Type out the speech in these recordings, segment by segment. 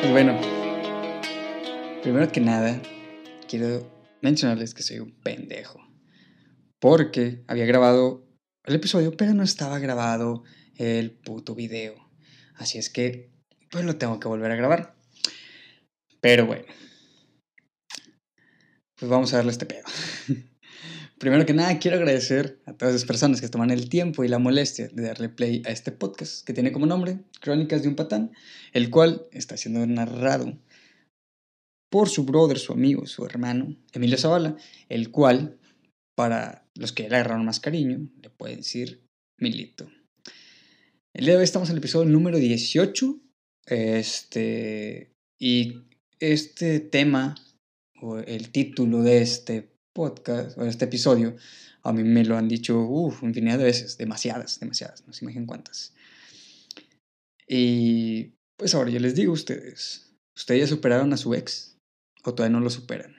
Pues bueno, primero que nada, quiero mencionarles que soy un pendejo. Porque había grabado el episodio, pero no estaba grabado el puto video. Así es que, pues lo tengo que volver a grabar. Pero bueno, pues vamos a darle este pedo. Primero que nada, quiero agradecer a todas las personas que toman el tiempo y la molestia de darle play a este podcast que tiene como nombre Crónicas de un Patán, el cual está siendo narrado por su brother, su amigo, su hermano, Emilio Zavala, el cual, para los que le agarraron más cariño, le pueden decir Milito. El día de hoy estamos en el episodio número 18. Y este tema, o el título de este podcast, o de este episodio, a mí me lo han dicho infinidad de veces, demasiadas, no se imaginan cuántas. Y pues ahora yo les digo a ustedes, ¿ustedes ya superaron a su ex o todavía no lo superan?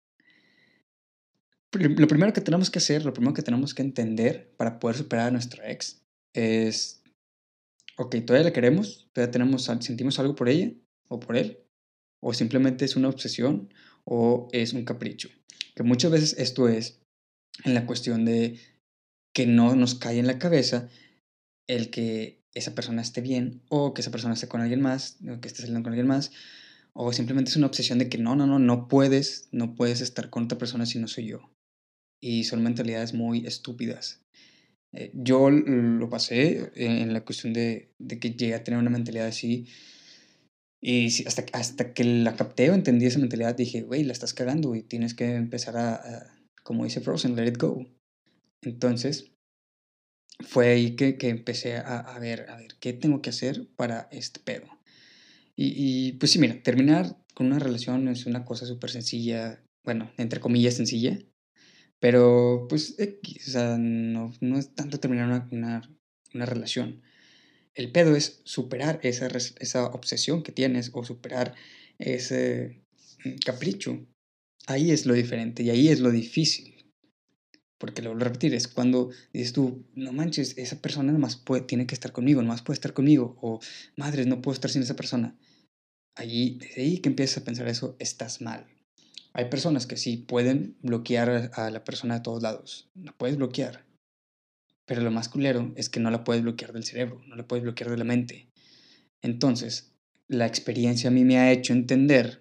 Lo primero que tenemos que hacer, lo primero que tenemos que entender para poder superar a nuestra ex es, ok, ¿todavía la queremos? ¿Todavía sentimos algo por ella o por él? ¿O simplemente es una obsesión o es un capricho? Que muchas veces esto es en la cuestión de que no nos cae en la cabeza el que esa persona esté bien o que esa persona esté con alguien más o que esté saliendo con alguien más, o simplemente es una obsesión de que no puedes estar con otra persona si no soy yo. Y son mentalidades muy estúpidas. Yo lo pasé en la cuestión de que llegué a tener una mentalidad así. Y hasta que la capté o entendí esa mentalidad, dije, güey, la estás cagando y tienes que empezar como dice Frozen, let it go. Entonces, fue ahí que empecé a ver, ¿qué tengo que hacer para este pedo? Y pues sí, mira, terminar con una relación es una cosa súper sencilla, bueno, entre comillas sencilla, pero pues X, o sea, no es tanto terminar una relación. El pedo es superar esa obsesión que tienes o superar ese capricho. Ahí es lo diferente y ahí es lo difícil. Porque lo vuelvo a repetir, es cuando dices tú, no manches, esa persona tiene que estar conmigo, nomás puede estar conmigo. O madres, no puedo estar sin esa persona. Desde ahí que empiezas a pensar eso, estás mal. Hay personas que sí pueden bloquear a la persona de todos lados. La puedes bloquear. Pero lo más culero es que no la puedes bloquear del cerebro, no la puedes bloquear de la mente. Entonces, la experiencia a mí me ha hecho entender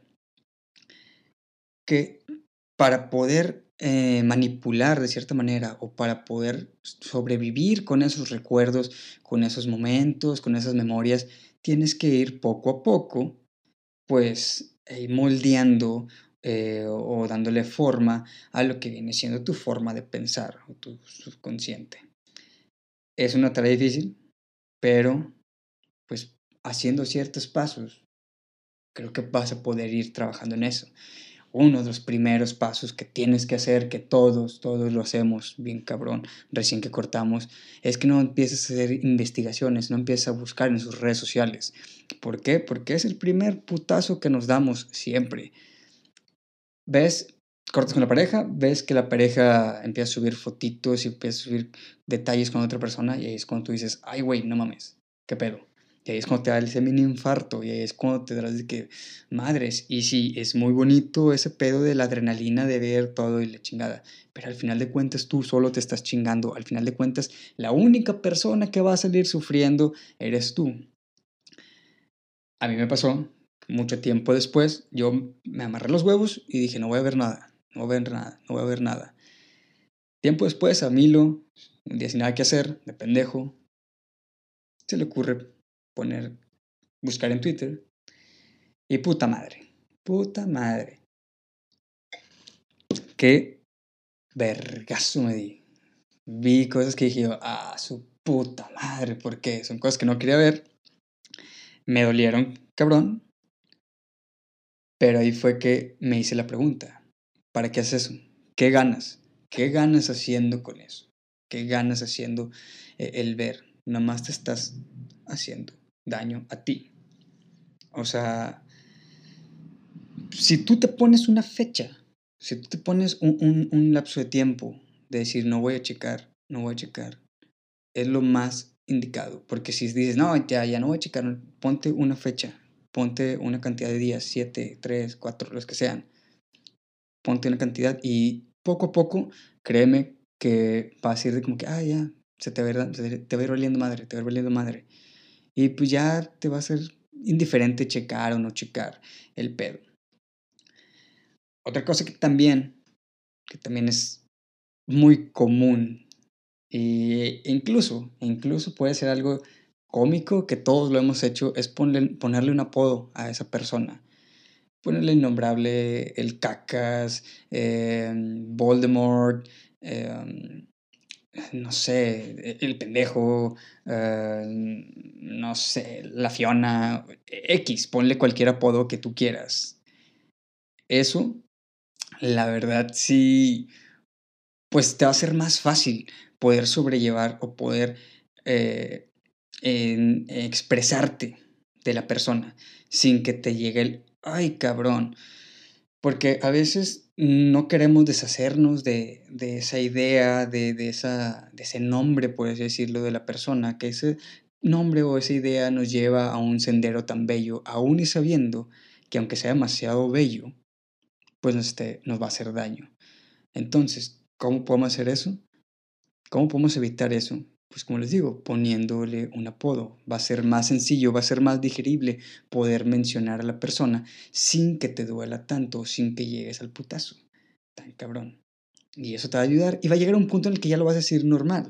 que para poder manipular de cierta manera o para poder sobrevivir con esos recuerdos, con esos momentos, con esas memorias, tienes que ir poco a poco, pues moldeando o dándole forma a lo que viene siendo tu forma de pensar o tu subconsciente. Es una tarea difícil, pero pues haciendo ciertos pasos, creo que vas a poder ir trabajando en eso. Uno de los primeros pasos que tienes que hacer, que todos lo hacemos bien cabrón, recién que cortamos, es que no empieces a hacer investigaciones, no empieces a buscar en sus redes sociales. ¿Por qué? Porque es el primer putazo que nos damos siempre. ¿Ves? Cortas con la pareja, ves que la pareja empieza a subir fotitos y empieza a subir detalles con otra persona y ahí es cuando tú dices, ay güey, no mames, ¿qué pedo? Y ahí es cuando te da el semi infarto y ahí es cuando te das de que, madres, y sí, es muy bonito ese pedo de la adrenalina de ver todo y la chingada, pero al final de cuentas tú solo te estás chingando, al final de cuentas la única persona que va a salir sufriendo eres tú. A mí me pasó, mucho tiempo después, yo me amarré los huevos y dije, no voy a ver nada, no voy a ver nada, no voy a ver nada. Tiempo después, a Milo, un día sin nada que hacer, de pendejo, se le ocurre buscar en Twitter, y puta madre, qué vergazo me di. Vi cosas que dije yo, su puta madre, ¿por qué? Son cosas que no quería ver, me dolieron, cabrón, pero ahí fue que me hice la pregunta, ¿para qué haces eso? ¿Qué ganas? ¿Qué ganas haciendo con eso? ¿Qué ganas haciendo el ver? Nomás te estás haciendo daño a ti. O sea, si tú te pones una fecha, si tú te pones un lapso de tiempo de decir no voy a checar, no voy a checar, es lo más indicado. Porque si dices, no, ya no voy a checar, ponte una fecha. ponte una cantidad de días, 7, 3, 4, los que sean. Ponte una cantidad y poco a poco, créeme que vas a ir de como que, ya, te va a ir valiendo madre, te va a ir valiendo madre. Y pues ya te va a ser indiferente checar o no checar el pedo. Otra cosa que también es muy común incluso puede ser algo cómico que todos lo hemos hecho, es ponerle un apodo a esa persona. Ponerle innombrable, el cacas, Voldemort, no sé, el pendejo, no sé, la Fiona, X, ponle cualquier apodo que tú quieras. Eso, la verdad, sí, pues te va a ser más fácil poder sobrellevar o poder eh, expresarte de la persona sin que te llegue el, ay cabrón, porque a veces no queremos deshacernos de esa idea, de ese nombre, por así decirlo, de la persona, que ese nombre o esa idea nos lleva a un sendero tan bello, aún y sabiendo que aunque sea demasiado bello, pues nos va a hacer daño. Entonces, ¿cómo podemos hacer eso? ¿Cómo podemos evitar eso? Pues como les digo, poniéndole un apodo. Va a ser más sencillo, va a ser más digerible poder mencionar a la persona sin que te duela tanto, sin que llegues al putazo. Tan cabrón. Y eso te va a ayudar y va a llegar a un punto en el que ya lo vas a decir normal.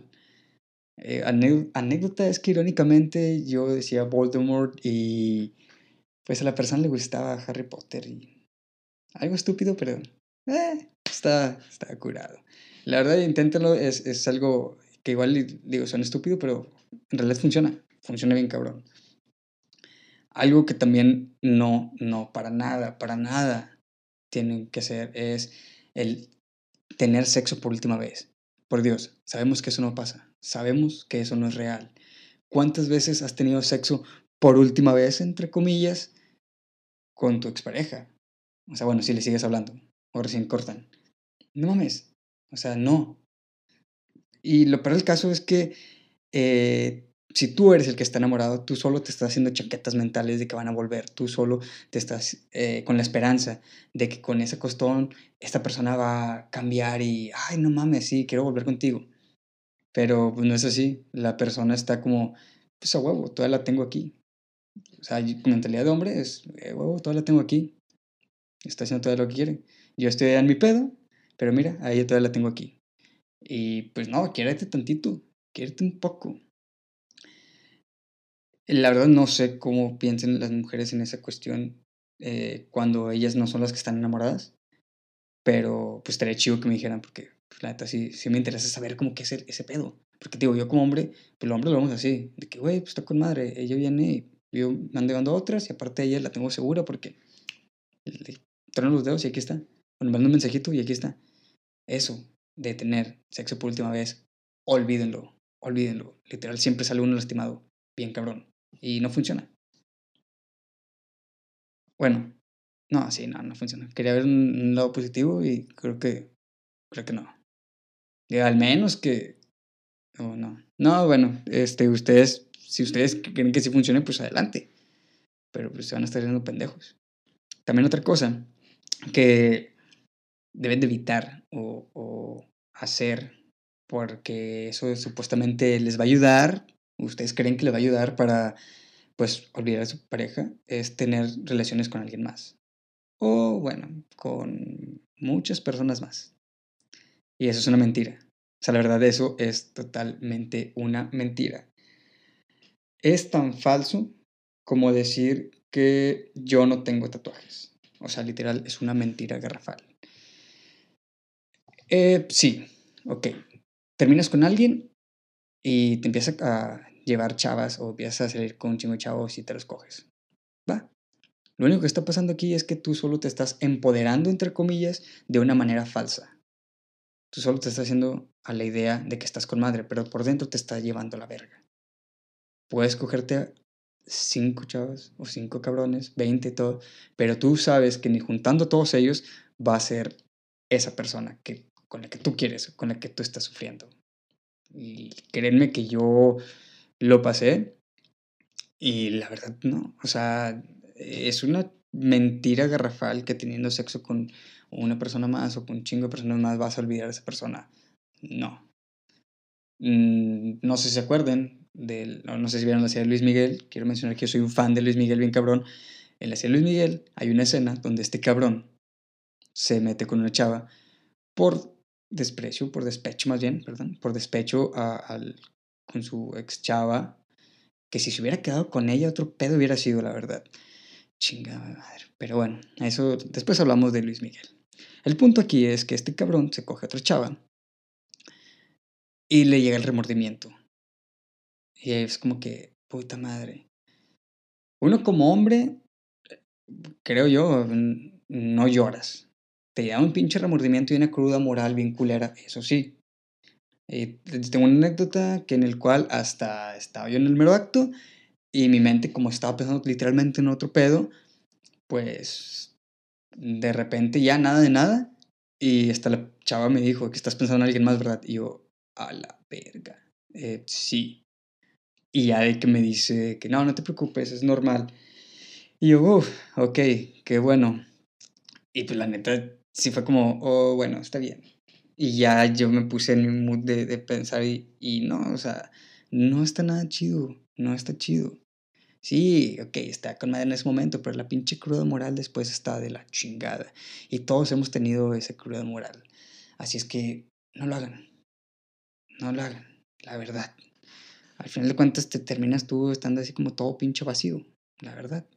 Anécdota es que irónicamente yo decía Voldemort y pues a la persona le gustaba Harry Potter y algo estúpido, pero está curado. La verdad, inténtalo, es algo que igual digo, suena estúpido, pero en realidad funciona bien cabrón. Algo que también no, para nada tienen que hacer es el tener sexo por última vez. Por Dios, sabemos que eso no pasa, sabemos que eso no es real. ¿Cuántas veces has tenido sexo por última vez, entre comillas, con tu expareja? O sea, bueno, si le sigues hablando o recién cortan. No mames. O sea, no. Y lo peor del caso es que si tú eres el que está enamorado, tú solo te estás haciendo chaquetas mentales de que van a volver. Tú solo te estás con la esperanza de que con ese costón esta persona va a cambiar y, ay, no mames, sí, quiero volver contigo. Pero pues no es así. La persona está como, pues a huevo, todavía la tengo aquí. O sea, tu mentalidad de hombre es, huevo, todavía la tengo aquí. Está haciendo todo lo que quiere. Yo estoy en mi pedo, pero mira, ahí todavía la tengo aquí. Y pues no, quiérete tantito, quiérete un poco. La verdad no sé cómo piensen las mujeres en esa cuestión cuando ellas no son las que están enamoradas, pero pues estaría chido que me dijeran, porque pues, la neta sí me interesa saber cómo que es ese pedo. Porque digo, yo como hombre, pues los hombres lo vemos así, de que, güey, pues está con madre, ella viene y yo me ando llevando a otras y aparte de ella la tengo segura porque le trono los dedos y aquí está. O le mando un mensajito y aquí está. Eso de tener sexo por última vez, olvídenlo, olvídenlo. Literal, siempre sale uno lastimado, bien cabrón. Y no funciona. Bueno, no, sí, no funciona. Quería ver un lado positivo y creo que no. Al menos que, oh, no. No, bueno, ustedes, si ustedes creen que sí funcione, pues adelante. Pero pues se van a estar haciendo pendejos. También otra cosa que deben de evitar o hacer porque eso supuestamente les va a ayudar, ustedes creen que les va a ayudar para, pues, olvidar a su pareja, es tener relaciones con alguien más. O, bueno, con muchas personas más. Y eso es una mentira. O sea, la verdad, eso es totalmente una mentira. Es tan falso como decir que yo no tengo tatuajes. O sea, literal, es una mentira garrafal. Sí, ok. Terminas con alguien y te empiezas a llevar chavas o empiezas a salir con un chingo de chavos y te los coges. Va. Lo único que está pasando aquí es que tú solo te estás empoderando, entre comillas, de una manera falsa. Tú solo te estás haciendo a la idea de que estás con madre, pero por dentro te está llevando la verga. Puedes cogerte a 5 chavas o 5 cabrones, 20 todo, pero tú sabes que ni juntando a todos ellos va a ser esa persona con la que tú quieres, con la que tú estás sufriendo. Y créanme que yo lo pasé y la verdad no. O sea, es una mentira garrafal que teniendo sexo con una persona más o con un chingo de personas más vas a olvidar a esa persona. No. No sé si se acuerden no sé si vieron la serie de Luis Miguel. Quiero mencionar que yo soy un fan de Luis Miguel bien cabrón. En la serie de Luis Miguel hay una escena donde este cabrón se mete con una chava por desprecio, por despecho más bien, perdón, por despecho con su ex chava, que si se hubiera quedado con ella otro pedo hubiera sido, la verdad. Chingada madre. Pero bueno, eso después hablamos de Luis Miguel. El punto aquí es que este cabrón se coge a otra chava y le llega el remordimiento. Y es como que, puta madre. Uno como hombre, creo yo, no lloras. Te da un pinche remordimiento y una cruda moral bien culera, eso sí. Tengo una anécdota que en el cual hasta estaba yo en el mero acto y mi mente, como estaba pensando literalmente en otro pedo, pues de repente ya nada de nada. Y hasta la chava me dijo que estás pensando en alguien más, ¿verdad? Y yo, a la verga. Sí. Y ya de que me dice que no te preocupes, es normal. Y yo, uff, ok, qué bueno. Y pues la neta, sí fue como, oh, bueno, está bien. Y ya yo me puse en el mood de pensar y no, o sea, no está nada chido, no está chido. Sí, ok, está con madre en ese momento, pero la pinche cruda moral después está de la chingada. Y todos hemos tenido esa cruda moral. Así es que no lo hagan, no lo hagan, la verdad. Al final de cuentas te terminas tú estando así como todo pinche vacío, la verdad.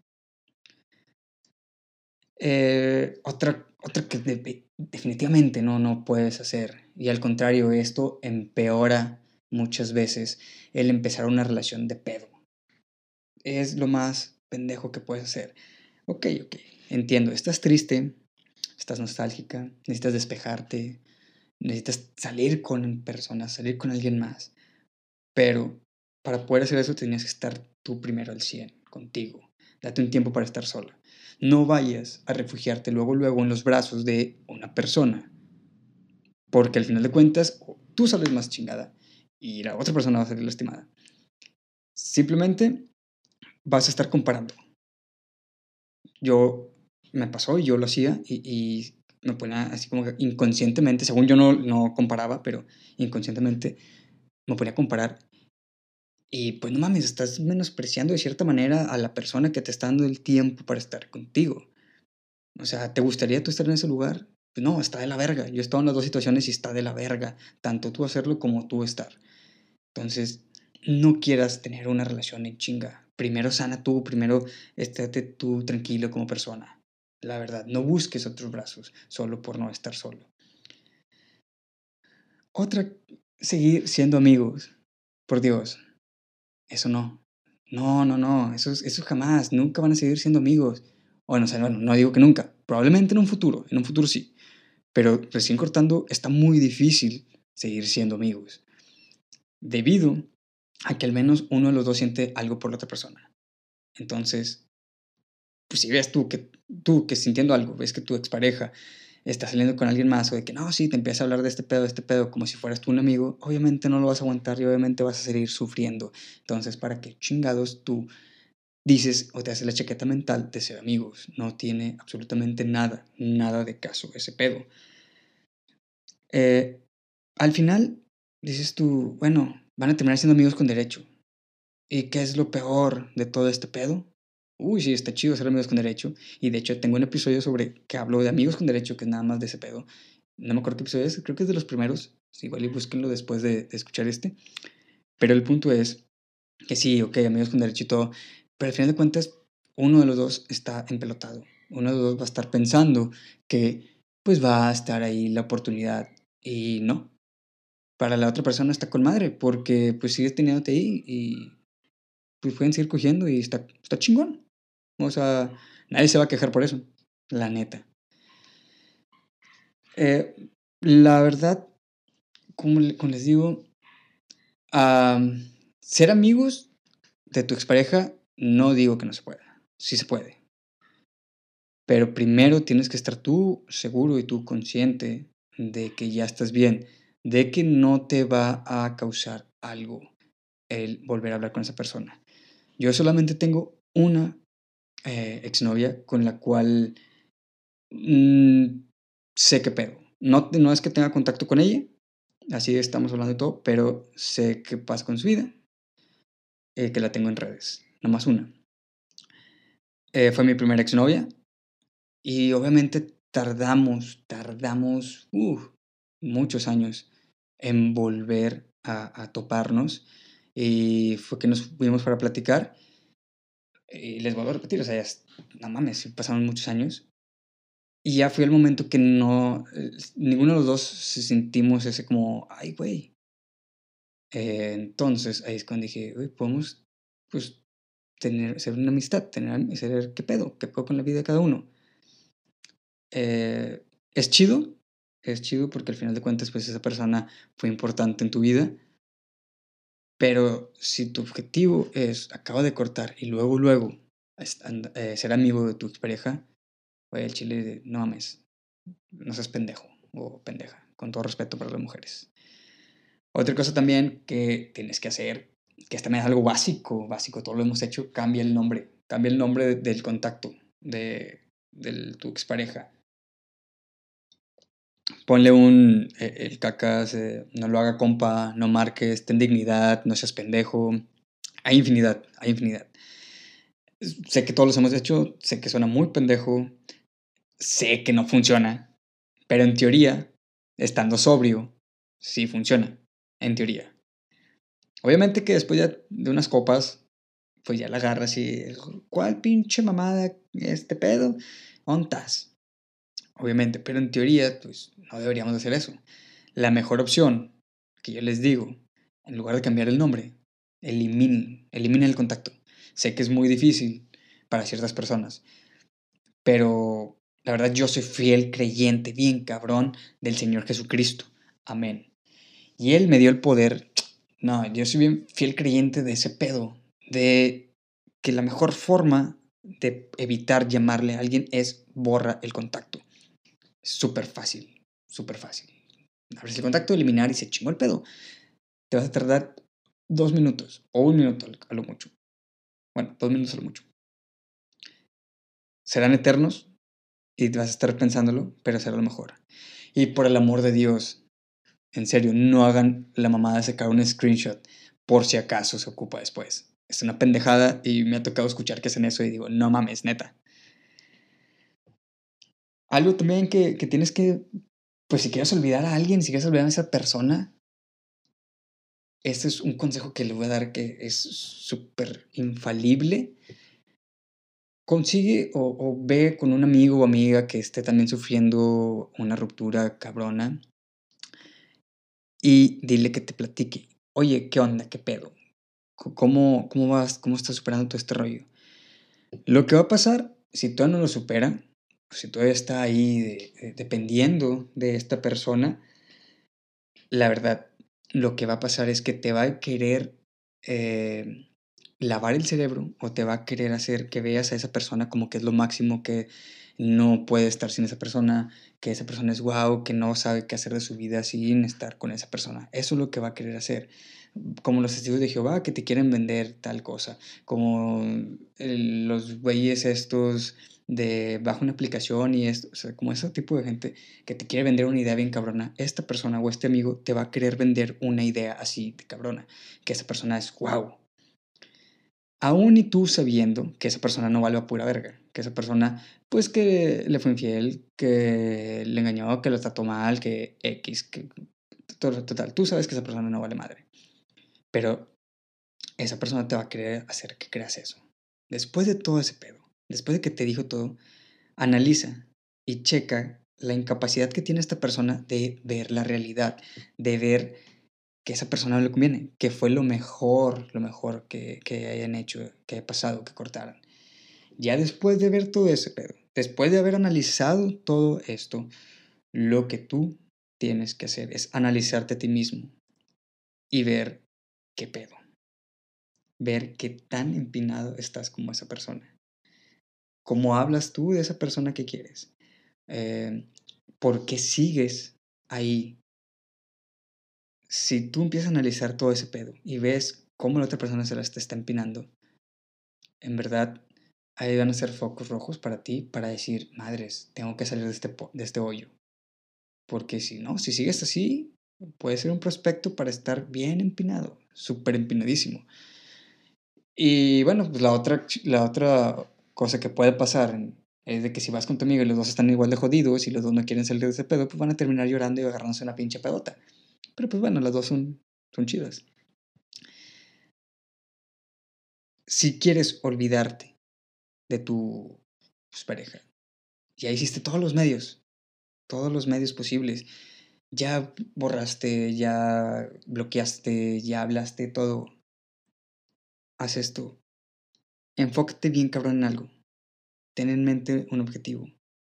Otra que definitivamente no puedes hacer, y al contrario, esto empeora muchas veces el empezar una relación de pedo. Es lo más pendejo que puedes hacer. Ok, entiendo, estás triste, estás nostálgica, necesitas despejarte, necesitas salir con personas, salir con alguien más, pero para poder hacer eso tenías que estar tú primero al 100 contigo. Date un tiempo para estar sola. No vayas a refugiarte luego en los brazos de una persona, porque al final de cuentas tú sales más chingada y la otra persona va a salir lastimada. Simplemente vas a estar comparando. Yo me pasó y yo lo hacía y me ponía así como que inconscientemente, según yo no comparaba, pero inconscientemente me ponía a comparar. Y pues no mames, estás menospreciando de cierta manera a la persona que te está dando el tiempo para estar contigo. O sea, ¿te gustaría tú estar en ese lugar? Pues no, está de la verga. Yo he estado en las dos situaciones y está de la verga. Tanto tú hacerlo como tú estar. Entonces, no quieras tener una relación en chinga. Primero sana tú, primero estate tú tranquilo como persona. La verdad, no busques otros brazos solo por no estar solo. Otra, seguir siendo amigos. Por Dios, eso no. No, eso jamás. Nunca van a seguir siendo amigos. Bueno, o sea, no digo que nunca. Probablemente en un futuro sí. Pero recién cortando está muy difícil seguir siendo amigos. Debido a que al menos uno de los dos siente algo por la otra persona. Entonces, pues si ves tú que sintiendo algo, ves que tu expareja está saliendo con alguien más o de que no, sí, te empieza a hablar de este pedo, como si fueras tú un amigo, obviamente no lo vas a aguantar y obviamente vas a seguir sufriendo. Entonces, ¿para qué chingados tú dices o te haces la chaqueta mental de ser amigos? No tiene absolutamente nada de caso ese pedo. Eh, Al final, dices tú, bueno, van a terminar siendo amigos con derecho. ¿Y qué es lo peor de todo este pedo? Uy, sí, está chido ser amigos con derecho. Y de hecho tengo un episodio sobre que hablo de amigos con derecho, que es nada más de ese pedo. No me acuerdo qué episodio es, creo que es de los primeros. Sí, igual y búsquenlo después de escuchar este. Pero el punto es que sí, ok, amigos con derecho y todo. Pero al final de cuentas, uno de los dos está empelotado. Uno de los dos va a estar pensando que pues va a estar ahí la oportunidad. Y no, para la otra persona está con madre, porque pues sigues teniéndote ahí y pues pueden seguir cogiendo y está chingón. O sea, nadie se va a quejar por eso, la neta. La verdad, como les digo, ser amigos de tu expareja, no digo que no se pueda, sí se puede. Pero primero tienes que estar tú seguro y tú consciente de que ya estás bien, de que no te va a causar algo el volver a hablar con esa persona. Yo solamente tengo una exnovia con la cual mm, sé qué pedo. No, no es que tenga contacto con ella, así estamos hablando de todo, pero sé qué pasa con su vida, que la tengo en redes, nada más una. Fue mi primera exnovia y obviamente tardamos muchos años en volver a toparnos y fue que nos fuimos para platicar y les vuelvo a repetir, o sea, no mames, pasaron muchos años y ya fue el momento que no, ninguno de los dos sentimos ese como, ay, güey. Entonces ahí es cuando dije, güey, podemos, pues, ser una amistad, ser qué pedo con la vida de cada uno. Eh, es chido, es chido porque al final de cuentas, pues esa persona fue importante en tu vida, pero si tu objetivo es, acabo de cortar y luego, ser amigo de tu expareja, güey, el chile, no mames, no seas pendejo o pendeja, con todo respeto para las mujeres. Otra cosa también que tienes que hacer, que es también algo básico, todo lo hemos hecho, cambia el nombre del contacto de tu expareja. Ponle el cacas, no lo haga compa, no marques, ten dignidad, no seas pendejo. Hay infinidad, hay infinidad. Sé que todos los hemos hecho, sé que suena muy pendejo, sé que no funciona, pero en teoría, estando sobrio, sí funciona, en teoría. Obviamente que después ya de unas copas, pues ya la agarras y, ¿cuál pinche mamada este pedo? ¿Ontas? Obviamente, pero en teoría, pues no deberíamos hacer eso. La mejor opción que yo les digo, en lugar de cambiar el nombre, eliminen el contacto. Sé que es muy difícil para ciertas personas, pero la verdad yo soy fiel creyente, bien cabrón, del Señor Jesucristo. Amén. Y Él me dio el poder. No, yo soy bien fiel creyente de ese pedo, de que la mejor forma de evitar llamarle a alguien es borra el contacto. Es súper fácil, súper fácil. Abres el contacto, eliminar y se chingó el pedo. Te vas a tardar 2 minutos o 1 minuto a lo mucho. Bueno, 2 minutos a lo mucho. Serán eternos y te vas a estar pensándolo, pero será lo mejor. Y por el amor de Dios, en serio, no hagan la mamada de sacar un screenshot por si acaso se ocupa después. Es una pendejada y me ha tocado escuchar que hacen eso y digo, no mames, neta. Algo también que tienes que, pues si quieres olvidar a alguien, si quieres olvidar a esa persona, este es un consejo que le voy a dar que es súper infalible. Consigue o ve con un amigo o amiga que esté también sufriendo una ruptura cabrona y dile que te platique. Oye, ¿qué onda? ¿Qué pedo? ¿Cómo vas? ¿Cómo estás superando todo este rollo? Lo que va a pasar, si todavía no lo supera, si todavía está ahí dependiendo de esta persona, la verdad, lo que va a pasar es que te va a querer eh, lavar el cerebro o te va a querer hacer que veas a esa persona como que es lo máximo, que no puede estar sin esa persona, que esa persona es guau, que no sabe qué hacer de su vida sin estar con esa persona. Eso es lo que va a querer hacer. Como los testigos de Jehová que te quieren vender tal cosa, como los güeyes estos de bajo una aplicación y esto, o sea, como ese tipo de gente que te quiere vender una idea bien cabrona, esta persona o este amigo te va a querer vender una idea así de cabrona, que esa persona es wow. Aún y tú sabiendo que esa persona no vale a pura verga, que esa persona, pues que le fue infiel, que le engañó, que lo trató mal, que X, que total, tú sabes que esa persona no vale madre. Pero esa persona te va a querer hacer que creas eso. Después de todo ese pedo, después de que te dijo todo, analiza y checa la incapacidad que tiene esta persona de ver la realidad, de ver que esa persona no le conviene, que fue lo mejor que hayan hecho, que haya pasado, que cortaran. Ya después de ver todo ese pedo, después de haber analizado todo esto, lo que tú tienes que hacer es analizarte a ti mismo y ver qué pedo, ver qué tan empinado estás como esa persona. ¿Cómo hablas tú de esa persona que quieres? Eh, ¿Por qué sigues ahí? Si tú empiezas a analizar todo ese pedo y ves cómo la otra persona se la está empinando, en verdad ahí van a ser focos rojos para ti, para decir, madres, tengo que salir de este hoyo. Porque si no, si sigues así, puede ser un prospecto para estar bien empinado, súper empinadísimo. Y bueno, pues la otra cosa que puede pasar es de que si vas con tu amigo y los dos están igual de jodidos y los dos no quieren salir de ese pedo, pues van a terminar llorando y agarrándose una pinche pedota. Pero pues bueno, las dos son chidas. Si quieres olvidarte de tu pues, pareja, ya hiciste todos los medios posibles. Ya borraste, ya bloqueaste, ya hablaste, todo. Haz esto. Enfócate bien cabrón en algo. Ten en mente un objetivo.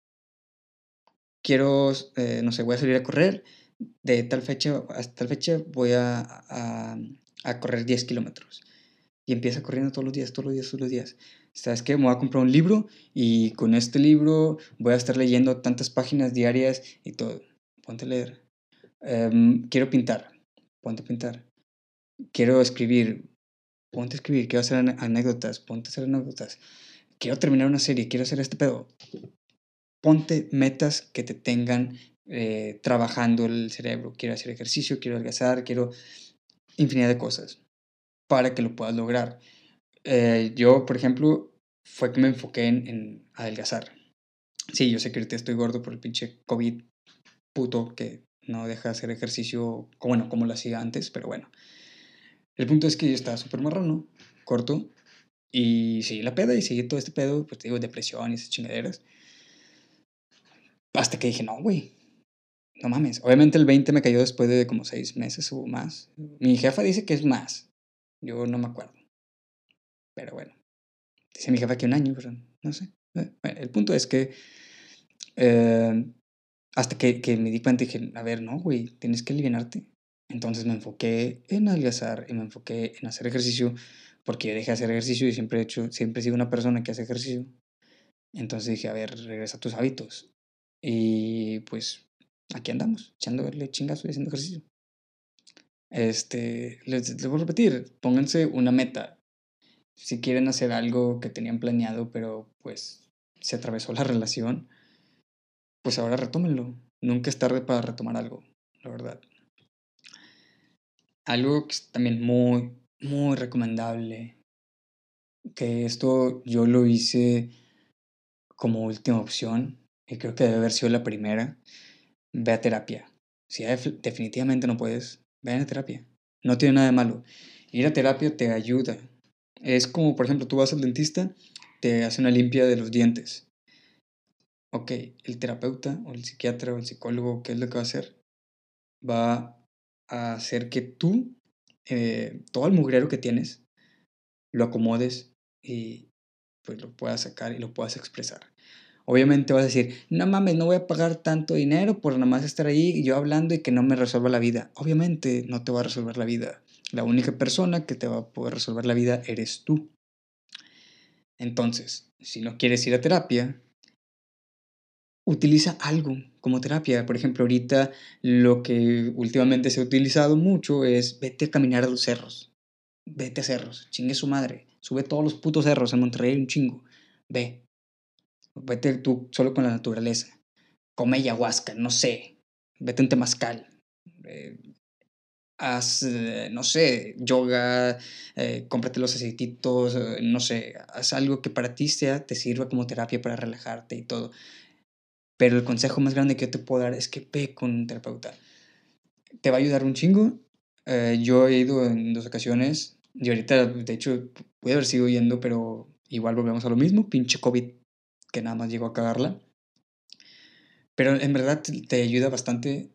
Quiero, no sé, voy a salir a correr. De tal fecha hasta tal fecha voy a correr 10 kilómetros. Y empieza corriendo todos los días, todos los días, todos los días. ¿Sabes qué? Me voy a comprar un libro y con este libro voy a estar leyendo tantas páginas diarias y todo. Ponte a leer. Quiero pintar. Ponte a pintar. Quiero escribir. Ponte a escribir. Quiero hacer anécdotas. Ponte a hacer anécdotas. Quiero terminar una serie. Quiero hacer este pedo. Ponte metas que te tengan trabajando el cerebro. Quiero hacer ejercicio, quiero adelgazar, quiero infinidad de cosas para que lo puedas lograr. Yo, por ejemplo, fue que me enfoqué en adelgazar. Sí, yo sé que ahorita estoy gordo por el pinche COVID puto que no deja de hacer ejercicio, bueno, como lo hacía antes, pero bueno. El punto es que yo estaba súper marrano, corto, y seguí la peda y seguí todo este pedo, pues te digo, depresión y esas chingaderas. Hasta que dije, no, güey, no mames. Obviamente el 20 me cayó después de como 6 meses o más. Mi jefa dice que es más. Yo no me acuerdo. Pero bueno. Dice mi jefa que un año, pero no sé. Bueno, el punto es que eh, hasta que me di cuenta dije, a ver, no, güey, tienes que alivianarte. Entonces me enfoqué en adelgazar y me enfoqué en hacer ejercicio porque yo dejé de hacer ejercicio y siempre he sido una persona que hace ejercicio. Entonces dije, a ver, regresa a tus hábitos. Y pues aquí andamos, echándole chingazo y haciendo ejercicio. Les voy a repetir, pónganse una meta. Si quieren hacer algo que tenían planeado, pero pues se atravesó la relación, pues ahora retómenlo. Nunca es tarde para retomar algo, la verdad. Algo que es también muy, muy recomendable, que esto yo lo hice como última opción y creo que debe haber sido la primera, ve a terapia. Si definitivamente no puedes, ve a terapia. No tiene nada de malo. Ir a terapia te ayuda. Es como, por ejemplo, tú vas al dentista, te hace una limpia de los dientes. Ok, el terapeuta o el psiquiatra o el psicólogo, ¿qué es lo que va a hacer? Va a hacer que tú, todo el mugrero que tienes, lo acomodes y pues lo puedas sacar y lo puedas expresar. Obviamente vas a decir, no mames, no voy a pagar tanto dinero por nada más estar ahí yo hablando y que no me resuelva la vida. Obviamente no te va a resolver la vida. La única persona que te va a poder resolver la vida eres tú. Entonces, si no quieres ir a terapia, utiliza algo como terapia. Por ejemplo, ahorita lo que últimamente se ha utilizado mucho es vete a caminar a los cerros. Vete a cerros, chingue su madre. Sube todos los putos cerros en Monterrey, hay un chingo. Ve, vete tú solo con la naturaleza. Come ayahuasca, no sé. Vete a un temazcal. Eh, haz, no sé, yoga, cómprate los aceititos, no sé, haz algo que para ti te sirva como terapia para relajarte y todo. Pero el consejo más grande que yo te puedo dar es que ve con un terapeuta. Te va a ayudar un chingo. Yo he ido en 2 ocasiones y ahorita, de hecho, pude haber sido yendo, pero igual volvemos a lo mismo. Pinche COVID que nada más llegó a cagarla. Pero en verdad te ayuda bastante.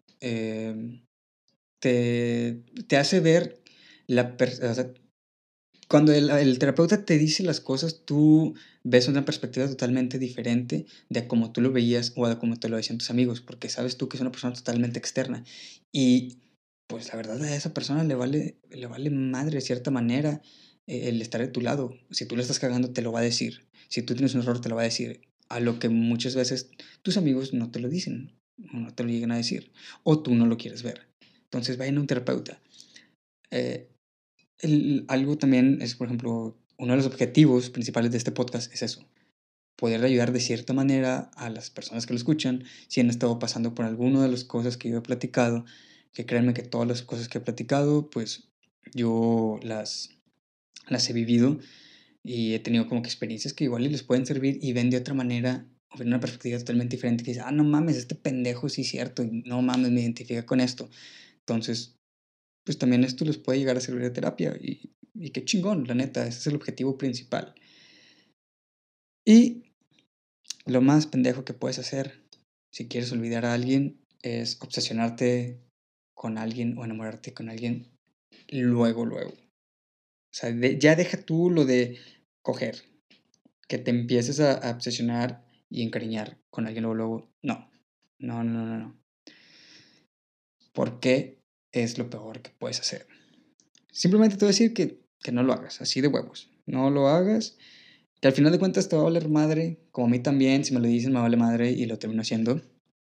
Te hace ver o sea, cuando el terapeuta te dice las cosas, tú ves una perspectiva totalmente diferente de a cómo tú lo veías o de cómo te lo decían tus amigos, porque sabes tú que es una persona totalmente externa. Y pues la verdad a esa persona le vale madre de cierta manera el estar de tu lado. Si tú le estás cagando, te lo va a decir. Si tú tienes un error, te lo va a decir. A lo que muchas veces tus amigos no te lo dicen, o no te lo llegan a decir, o tú no lo quieres ver. Entonces vayan a un terapeuta. Eh, algo también es, por ejemplo, uno de los objetivos principales de este podcast es eso, poder ayudar de cierta manera a las personas que lo escuchan, si han estado pasando por alguna de las cosas que yo he platicado, que créanme que todas las cosas que he platicado, pues yo las he vivido y he tenido como que experiencias que igual y les pueden servir y ven de otra manera o ven una perspectiva totalmente diferente que dice, no mames, este pendejo sí es cierto, y no mames, me identifica con esto. Entonces, pues también esto les puede llegar a servir de terapia y qué chingón, la neta, ese es el objetivo principal. Y lo más pendejo que puedes hacer si quieres olvidar a alguien es obsesionarte con alguien o enamorarte con alguien luego, luego. O sea, ya deja tú lo de coger, que te empieces a obsesionar y encariñar con alguien luego, luego. No, no, no, no, no. ¿Por qué es lo peor que puedes hacer? Simplemente te voy a decir que no lo hagas, así de huevos. No lo hagas, que al final de cuentas te va a valer madre, como a mí también, si me lo dices me vale madre y lo termino haciendo.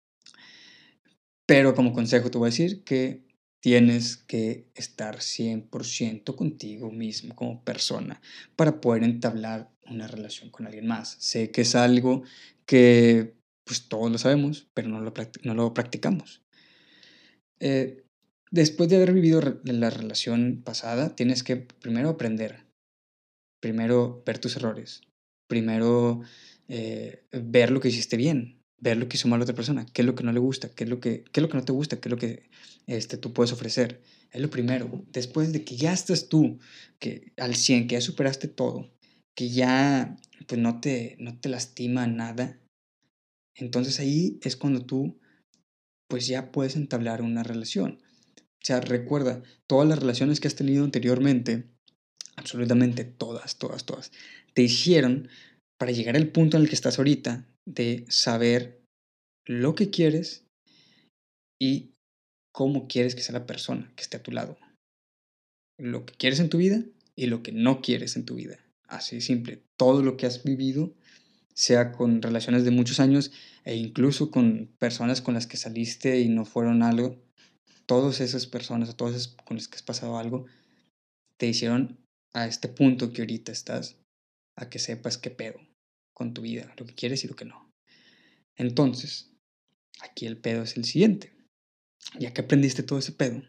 Pero como consejo te voy a decir que tienes que estar 100% contigo mismo como persona para poder entablar una relación con alguien más. Sé que es algo que pues todos lo sabemos, pero no lo practicamos. Eh, Después de haber vivido la relación pasada, tienes que primero aprender, primero ver tus errores, primero ver lo que hiciste bien, ver lo que hizo mal la otra persona, qué es lo que no le gusta, qué es lo que no te gusta, qué es lo que tú puedes ofrecer. Es lo primero. Después de que ya estás tú, que al 100 que ya superaste todo, que ya pues no te lastima nada, entonces ahí es cuando tú pues ya puedes entablar una relación. O sea, recuerda, todas las relaciones que has tenido anteriormente, absolutamente todas, todas, todas, te hicieron para llegar al punto en el que estás ahorita de saber lo que quieres y cómo quieres que sea la persona que esté a tu lado. Lo que quieres en tu vida y lo que no quieres en tu vida. Así de simple. Todo lo que has vivido, sea con relaciones de muchos años e incluso con personas con las que saliste y no fueron algo, todas esas personas o todas esas con las que has pasado algo, te hicieron a este punto que ahorita estás, a que sepas qué pedo con tu vida, lo que quieres y lo que no. Entonces, aquí el pedo es el siguiente. Ya que aprendiste todo ese pedo,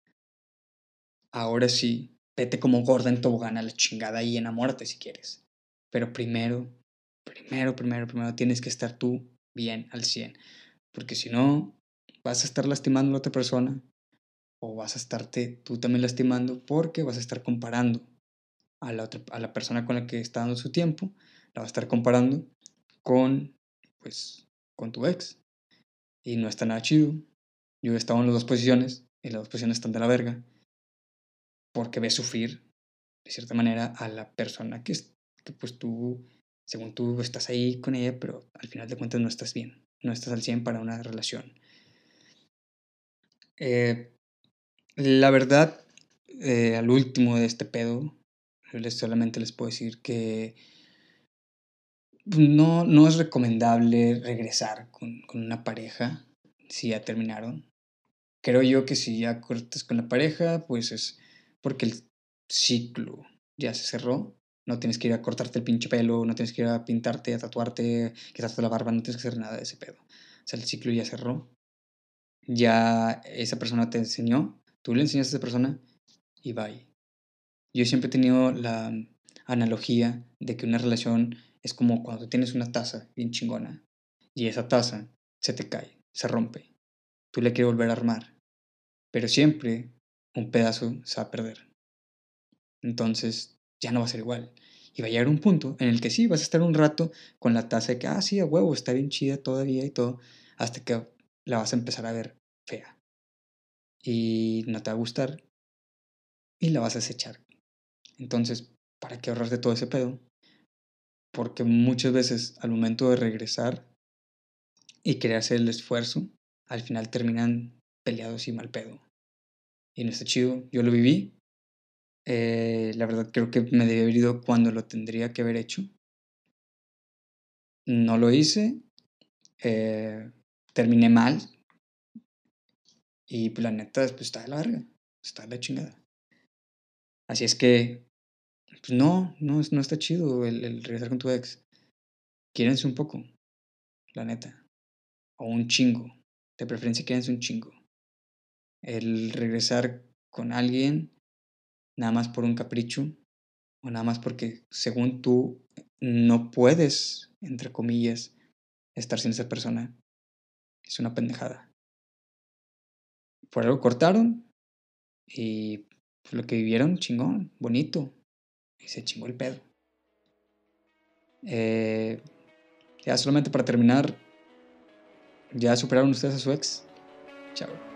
ahora sí, vete como gorda en tobogán a la chingada y enamórate si quieres. Pero primero tienes que estar tú bien al 100. Porque si no, vas a estar lastimando a la otra persona o vas a estarte tú también lastimando porque vas a estar comparando a la persona con la que está dando su tiempo, la va a estar comparando con, pues, con tu ex. Y no está nada chido. Yo he estado en las dos posiciones y las dos posiciones están de la verga porque ves sufrir, de cierta manera, a la persona que pues tú, según tú, estás ahí con ella, pero al final de cuentas no estás bien, no estás al 100 para una relación. Eh, la verdad, al último de este pedo, solamente les puedo decir que no es recomendable regresar con una pareja si ya terminaron. Creo yo que si ya cortas con la pareja, pues es porque el ciclo ya se cerró. No tienes que ir a cortarte el pinche pelo, no tienes que ir a pintarte, a tatuarte, quitarte la barba, no tienes que hacer nada de ese pedo. O sea, el ciclo ya cerró. Ya esa persona te enseñó, tú le enseñaste a esa persona y bye. Yo siempre he tenido la analogía de que una relación es como cuando tienes una taza bien chingona y esa taza se te cae, se rompe. Tú le quieres volver a armar, pero siempre un pedazo se va a perder. Entonces ya no va a ser igual. Y va a llegar un punto en el que sí, vas a estar un rato con la taza de que, sí, a huevo, está bien chida todavía y todo, hasta que la vas a empezar a ver fea. Y no te va a gustar y la vas a desechar. Entonces, ¿para qué ahorrarte todo ese pedo? Porque muchas veces al momento de regresar y querer hacer el esfuerzo, al final terminan peleados y mal pedo. Y no está chido. Yo lo viví. La verdad creo que me debí haber ido cuando lo tendría que haber hecho. No lo hice. eh, Terminé mal. Y pues, la neta, pues está de la verga. Está de la chingada. Así es que, pues no está chido el regresar con tu ex. quiérense un poco, la neta. O un chingo. De preferencia quiérense un chingo. El regresar con alguien nada más por un capricho o nada más porque según tú no puedes, entre comillas, estar sin esa persona, es una pendejada. Por algo cortaron y pues, lo que vivieron, chingón, bonito. Y se chingó el pedo. Ya solamente para terminar, ¿ya superaron ustedes a su ex? Chao.